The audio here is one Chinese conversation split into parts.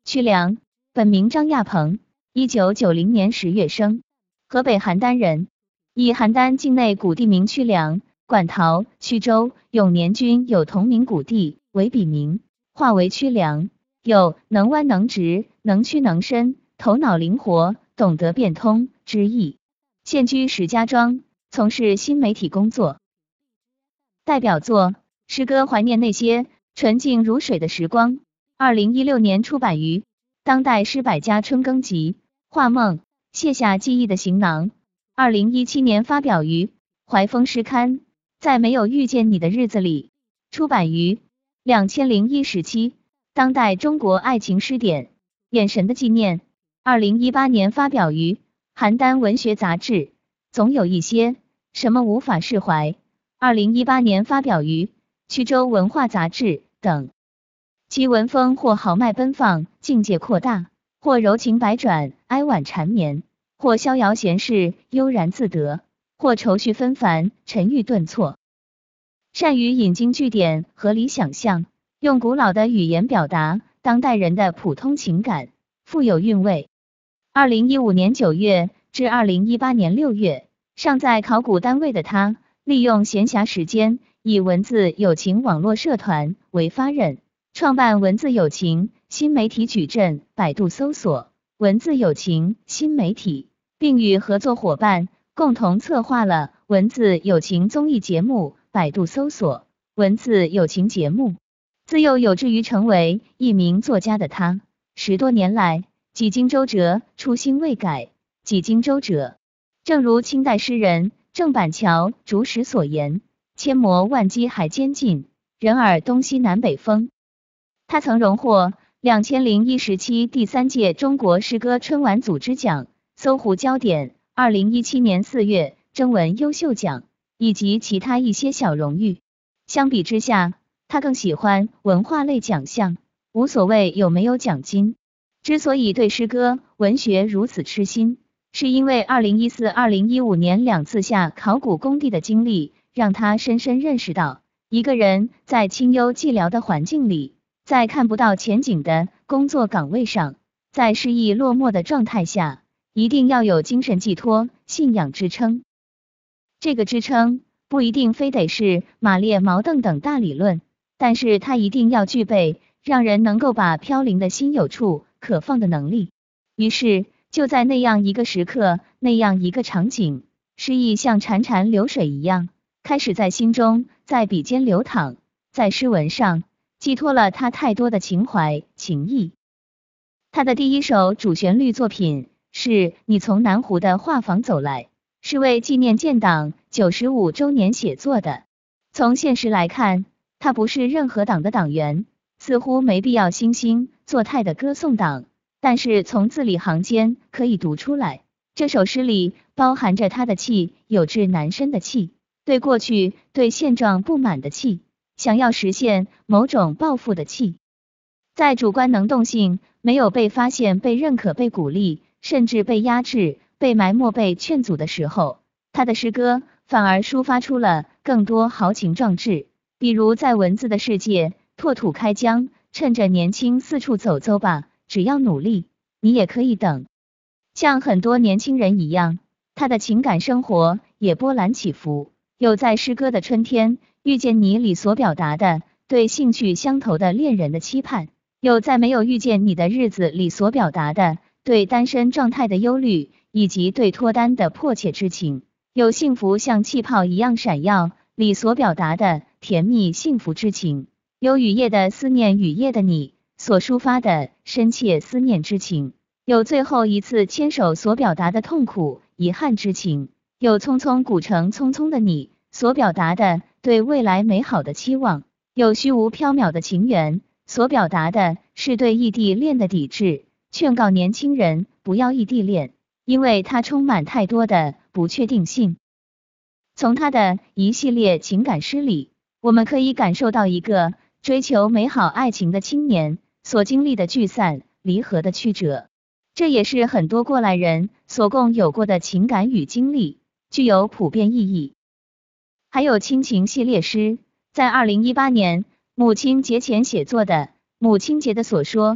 曲梁，本名张亚鹏，1990年10月生，河北邯郸人，以邯郸境内古地名曲梁、馆陶、曲周、永年均有同名古地为笔名，化为曲梁，有能弯能直、能屈能伸、头脑灵活、懂得变通之意。现居石家庄，从事新媒体工作。代表作诗歌怀念那些纯净如水的时光，2016年出版于当代诗百家春耕集，画梦，卸下记忆的行囊，2017年发表于怀风诗刊，在没有遇见你的日子里，出版于2017当代中国爱情诗典，眼神的纪念，2018年发表于邯郸文学杂志，总有一些什么无法释怀，2018年发表于曲周文化杂志等。其文风或豪迈奔放，境界扩大，或柔情百转，哀婉缠绵，或逍遥闲适，悠然自得，或愁绪纷繁，沉郁顿挫。善于引经据典，合理想象，用古老的语言表达当代人的普通情感，富有韵味。2015年9月至2018年6月，尚在考古单位的他，利用闲暇时间，以文字友情网络社团为发轫，创办文字友情新媒体矩阵，百度搜索文字友情新媒体，并与合作伙伴共同策划了文字友情综艺节目，百度搜索文字友情节目。自幼有志于成为一名作家的他，10多年来几经周折，初心未改，几经周折。正如清代诗人郑板桥竹石所言，千磨万击还坚劲，人耳东西南北风。他曾荣获2017第3届中国诗歌春晚组织奖、搜狐焦点2017年4月征文优秀奖，以及其他一些小荣誉。相比之下，他更喜欢文化类奖项，无所谓有没有奖金。之所以对诗歌、文学如此痴心，是因为2014、2015年2次下考古工地的经历，让他深深认识到，一个人在清幽寂寥的环境里，在看不到前景的工作岗位上，在失意落寞的状态下，一定要有精神寄托、信仰支撑。这个支撑不一定非得是马列毛邓等大理论，但是它一定要具备让人能够把飘零的心有处可放的能力。于是就在那样一个时刻，那样一个场景，诗意像潺潺流水一样，开始在心中，在笔尖流淌，在诗文上寄托了他太多的情怀、情谊。他的第一首主旋律作品是你从南湖的画舫走来，是为纪念建党95周年写作的。从现实来看，他不是任何党的党员，似乎没必要惺惺作态的歌颂党，但是从字里行间可以读出来，这首诗里包含着他的气，有志难伸的气，对过去、对现状不满的气，想要实现某种抱负的气。在主观能动性没有被发现、被认可、被鼓励，甚至被压制、被埋没、被劝阻的时候，他的诗歌反而抒发出了更多豪情壮志。比如在文字的世界拓土开疆，趁着年轻四处走走吧，只要努力，你也可以等。像很多年轻人一样，他的情感生活也波澜起伏，有在诗歌的春天遇见你里所表达的对兴趣相投的恋人的期盼，有在没有遇见你的日子里所表达的对单身状态的忧虑，以及对脱单的迫切之情，有幸福像气泡一样闪耀里所表达的甜蜜幸福之情，有雨夜的思念，雨夜的你所抒发的深切思念之情，有最后一次牵手所表达的痛苦遗憾之情，有匆匆古城匆匆的你所表达的对未来美好的期望，有虚无缥缈的情缘所表达的是对异地恋的抵制，劝告年轻人不要异地恋，因为它充满太多的不确定性。从他的一系列情感诗里，我们可以感受到一个追求美好爱情的青年所经历的聚散离合的曲折，这也是很多过来人所共有过的情感与经历，具有普遍意义。还有亲情系列诗，在2018年母亲节前写作的《母亲节的所说》，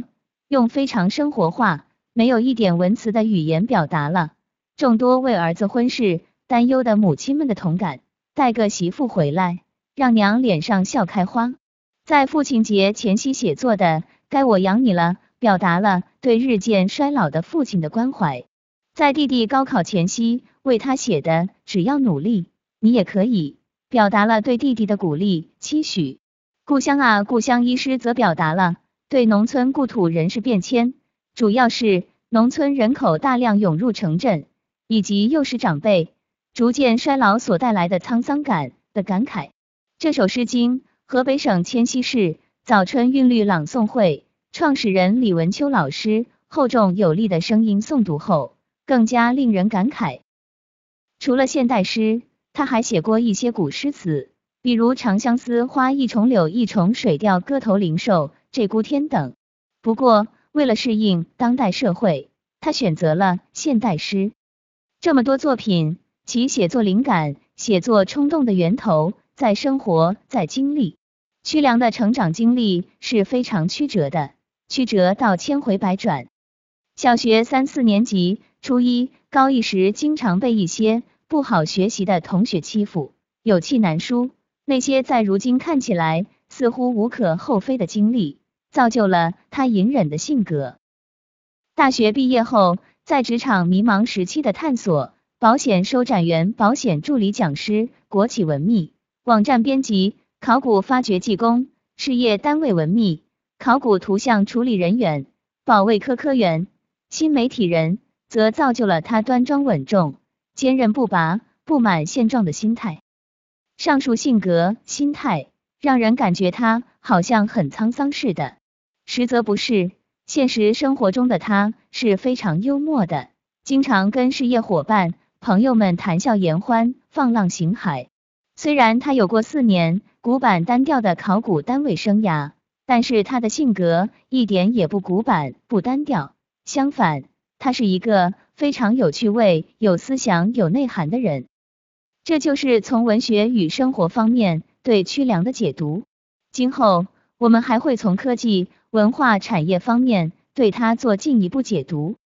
用非常生活化，没有一点文词的语言表达了众多为儿子婚事担忧的母亲们的同感。带个媳妇回来，让娘脸上笑开花。在父亲节前夕写作的《该我养你了》，表达了对日渐衰老的父亲的关怀。在弟弟高考前夕为他写的《只要努力，你也可以》，表达了对弟弟的鼓励期许。故乡啊故乡一诗则表达了对农村故土人事变迁，主要是农村人口大量涌入城镇，以及幼时长辈逐渐衰老所带来的沧桑感的感慨。这首诗经河北省迁西市早春韵律朗诵会创始人李文秋老师厚重有力的声音诵读后，更加令人感慨。除了现代诗，他还写过一些古诗词，比如长相思花一重柳一重水调歌头灵兽鹧鸪天等。不过为了适应当代社会，他选择了现代诗。这么多作品，其写作灵感、写作冲动的源头在生活，在经历。屈良的成长经历是非常曲折的，曲折到千回百转。小学3、4年级、初一、高一时，经常被一些不好学习的同学欺负，有气难抒。那些在如今看起来似乎无可厚非的经历，造就了他隐忍的性格。大学毕业后，在职场迷茫时期的探索，保险收展员、保险助理讲师、国企文秘、网站编辑、考古发掘技工、事业单位文秘、考古图像处理人员、保卫科科员、新媒体人，则造就了他端庄稳重、坚韧不拔、不满现状的心态。上述性格、心态，让人感觉他好像很沧桑似的，实则不是。现实生活中的他是非常幽默的，经常跟事业伙伴、朋友们谈笑言欢，放浪形骸。虽然他有过4年古板单调的考古单位生涯，但是他的性格一点也不古板、不单调，相反，他是一个非常有趣味、有思想、有内涵的人。这就是从文学与生活方面对屈良的解读。今后我们还会从科技、文化产业方面对他做进一步解读。